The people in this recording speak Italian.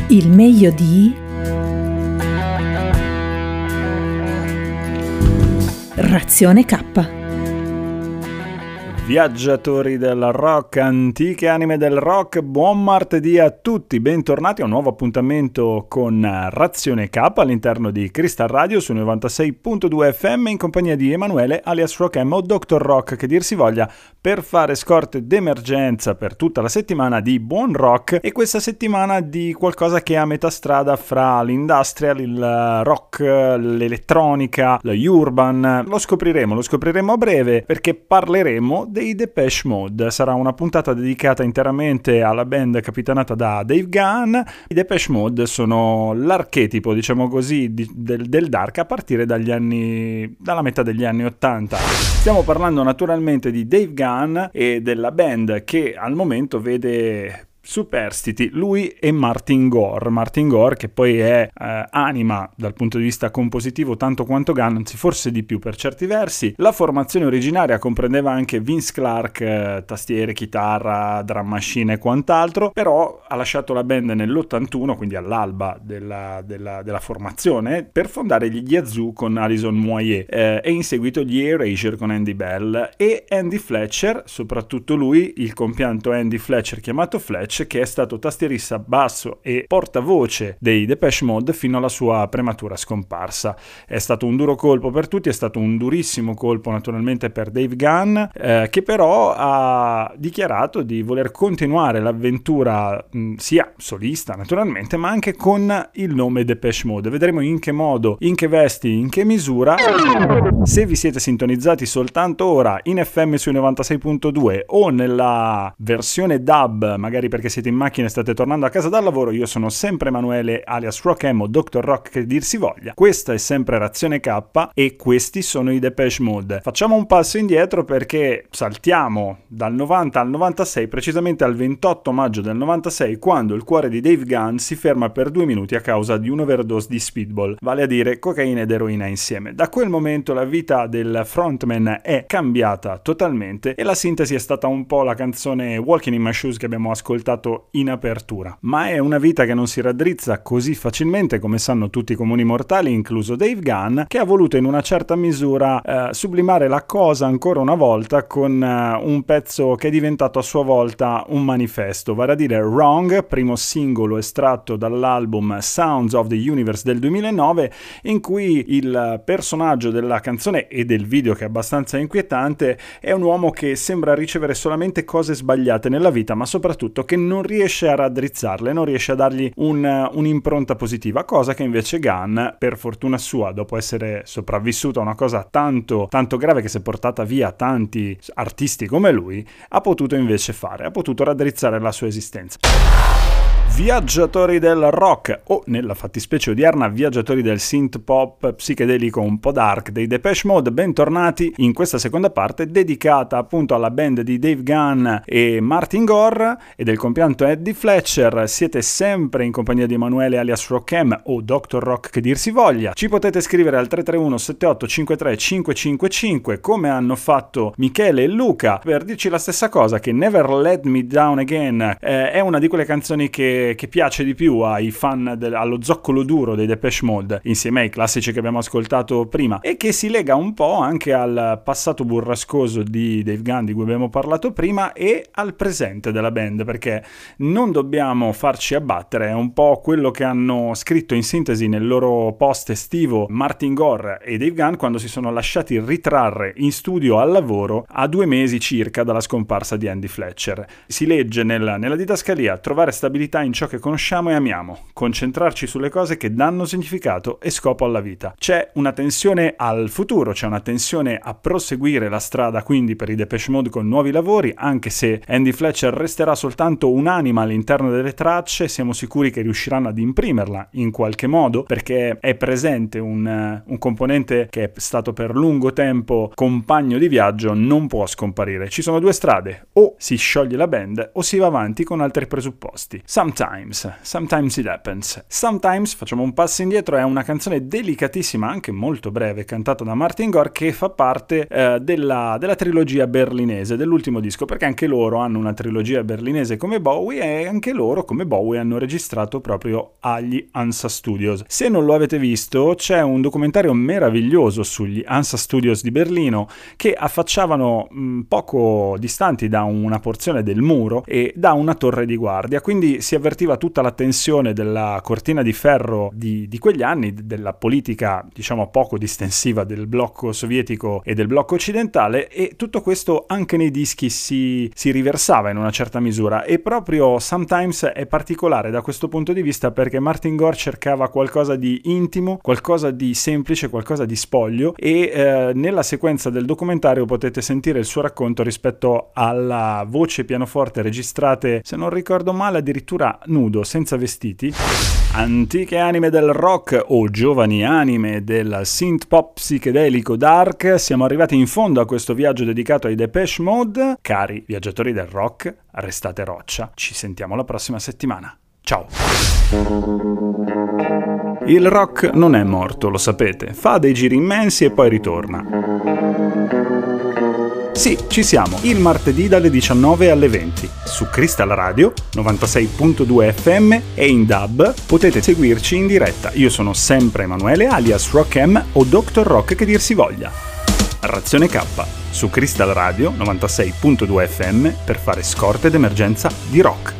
Il meglio di Razione K. Viaggiatori del rock, antiche anime del rock, buon martedì a tutti, bentornati a un nuovo appuntamento con Razione K all'interno di Crystal Radio su 96.2 FM in compagnia di Emanuele alias Rock M o Dr. Rock che dir si voglia, per fare scorte d'emergenza per tutta la settimana di buon rock e questa settimana di qualcosa che è a metà strada fra l'industrial, il rock, l'elettronica, lo urban. Lo scopriremo a breve perché parleremo dei Depeche Mode. Sarà una puntata dedicata interamente alla band capitanata da Dave Gahan. I Depeche Mode sono l'archetipo, diciamo così, del dark a partire dalla metà degli anni 80. Stiamo parlando naturalmente di Dave Gahan e della band che al momento vede superstiti lui e Martin Gore che poi è anima dal punto di vista compositivo tanto quanto Gunn, anzi forse di più per certi versi. La formazione originaria comprendeva anche Vince Clarke, tastiere, chitarra, drum machine e quant'altro, però ha lasciato la band nell'81, quindi all'alba della formazione, per fondare gli Yazoo con Alison Moyet e in seguito gli Erasure con Andy Bell e Andy Fletcher, soprattutto lui, il compianto Andy Fletcher chiamato Fletch, che è stato tastierista basso e portavoce dei Depeche Mode fino alla sua prematura scomparsa. È stato un duro colpo per tutti, è stato un durissimo colpo naturalmente per Dave Gahan, che però ha dichiarato di voler continuare l'avventura sia solista naturalmente, ma anche con il nome Depeche Mode. Vedremo in che modo, in che vesti, in che misura. Se vi siete sintonizzati soltanto ora in FM sui 96.2 o nella versione DAB, magari perché siete in macchina e state tornando a casa dal lavoro, io sono sempre Emanuele alias Rock M o Dr. Rock che dir si voglia. Questa è sempre Razione K e questi sono i Depeche Mode. Facciamo un passo indietro perché saltiamo dal 90 al 96, precisamente al 28 maggio del 96, quando il cuore di Dave Gahan si ferma per 2 minuti a causa di un'overdose di speedball, vale a dire cocaina ed eroina insieme. Da quel momento la vita del frontman è cambiata totalmente e la sintesi è stata un po' la canzone Walking in My Shoes che abbiamo ascoltato in apertura. Ma è una vita che non si raddrizza così facilmente, come sanno tutti i comuni mortali, incluso Dave Gahan, che ha voluto in una certa misura sublimare la cosa ancora una volta con un pezzo che è diventato a sua volta un manifesto, vale a dire Wrong, primo singolo estratto dall'album Sounds of the Universe del 2009, in cui il personaggio della canzone e del video, che è abbastanza inquietante, è un uomo che sembra ricevere solamente cose sbagliate nella vita, ma soprattutto che non riesce a raddrizzarle, non riesce a dargli un'impronta positiva, cosa che invece Gahan, per fortuna sua, dopo essere sopravvissuto a una cosa tanto grave che si è portata via tanti artisti come lui, ha potuto invece fare, ha potuto raddrizzare la sua esistenza. Viaggiatori del rock, o nella fattispecie odierna viaggiatori del synth pop psichedelico un po' dark dei Depeche Mode, bentornati in questa seconda parte dedicata appunto alla band di Dave Gahan e Martin Gore e del compianto Andy Fletcher. Siete sempre in compagnia di Emanuele alias Rock M o Dr. Rock che dir si voglia. Ci potete scrivere al 331 78 53 555 come hanno fatto Michele e Luca per dirci la stessa cosa, che Never Let Me Down Again è una di quelle canzoni che piace di più ai fan allo zoccolo duro dei Depeche Mode, insieme ai classici che abbiamo ascoltato prima, e che si lega un po' anche al passato burrascoso di Dave Gahan di cui abbiamo parlato prima e al presente della band, perché non dobbiamo farci abbattere. È un po' quello che hanno scritto in sintesi nel loro post estivo Martin Gore e Dave Gahan quando si sono lasciati ritrarre in studio al lavoro a 2 mesi circa dalla scomparsa di Andy Fletcher. Si legge nella didascalia: trovare stabilità in ciò che conosciamo e amiamo, concentrarci sulle cose che danno significato e scopo alla vita. C'è una tensione al futuro, c'è una tensione a proseguire la strada quindi per i Depeche Mode con nuovi lavori, anche se Andy Fletcher resterà soltanto un'anima all'interno delle tracce. Siamo sicuri che riusciranno ad imprimerla in qualche modo, perché è presente un componente che è stato per lungo tempo compagno di viaggio, non può scomparire. Ci sono 2 strade: o si scioglie la band o si va avanti con altri presupposti. Sometimes Sometimes it happens. Sometimes, facciamo un passo indietro, è una canzone delicatissima, anche molto breve, cantata da Martin Gore, che fa parte della trilogia berlinese, dell'ultimo disco, perché anche loro hanno una trilogia berlinese come Bowie, e anche loro come Bowie hanno registrato proprio agli Hansa Studios. Se non lo avete visto, c'è un documentario meraviglioso sugli Hansa Studios di Berlino che affacciavano poco distanti da una porzione del muro e da una torre di guardia, quindi si avvertiva tutta la tensione della cortina di ferro di quegli anni, della politica diciamo poco distensiva del blocco sovietico e del blocco occidentale, e tutto questo anche nei dischi si riversava in una certa misura. E proprio Sometimes è particolare da questo punto di vista, perché Martin Gore cercava qualcosa di intimo, qualcosa di semplice, qualcosa di spoglio, e nella sequenza del documentario potete sentire il suo racconto rispetto alla voce e pianoforte registrate, se non ricordo male, addirittura nudo, senza vestiti. Antiche anime del rock o giovani anime del synth pop psichedelico dark, siamo arrivati in fondo a questo viaggio dedicato ai Depeche Mode. Cari viaggiatori del rock, restate roccia, ci sentiamo la prossima settimana. Ciao! Il rock non è morto, lo sapete, fa dei giri immensi e poi ritorna. Sì, ci siamo, il martedì dalle 19 alle 20, su Crystal Radio 96.2 FM e in DAB potete seguirci in diretta. Io sono sempre Emanuele alias Rock M o Dr. Rock che dir si voglia. Razione K, su Crystal Radio 96.2 FM per fare scorte d'emergenza di rock.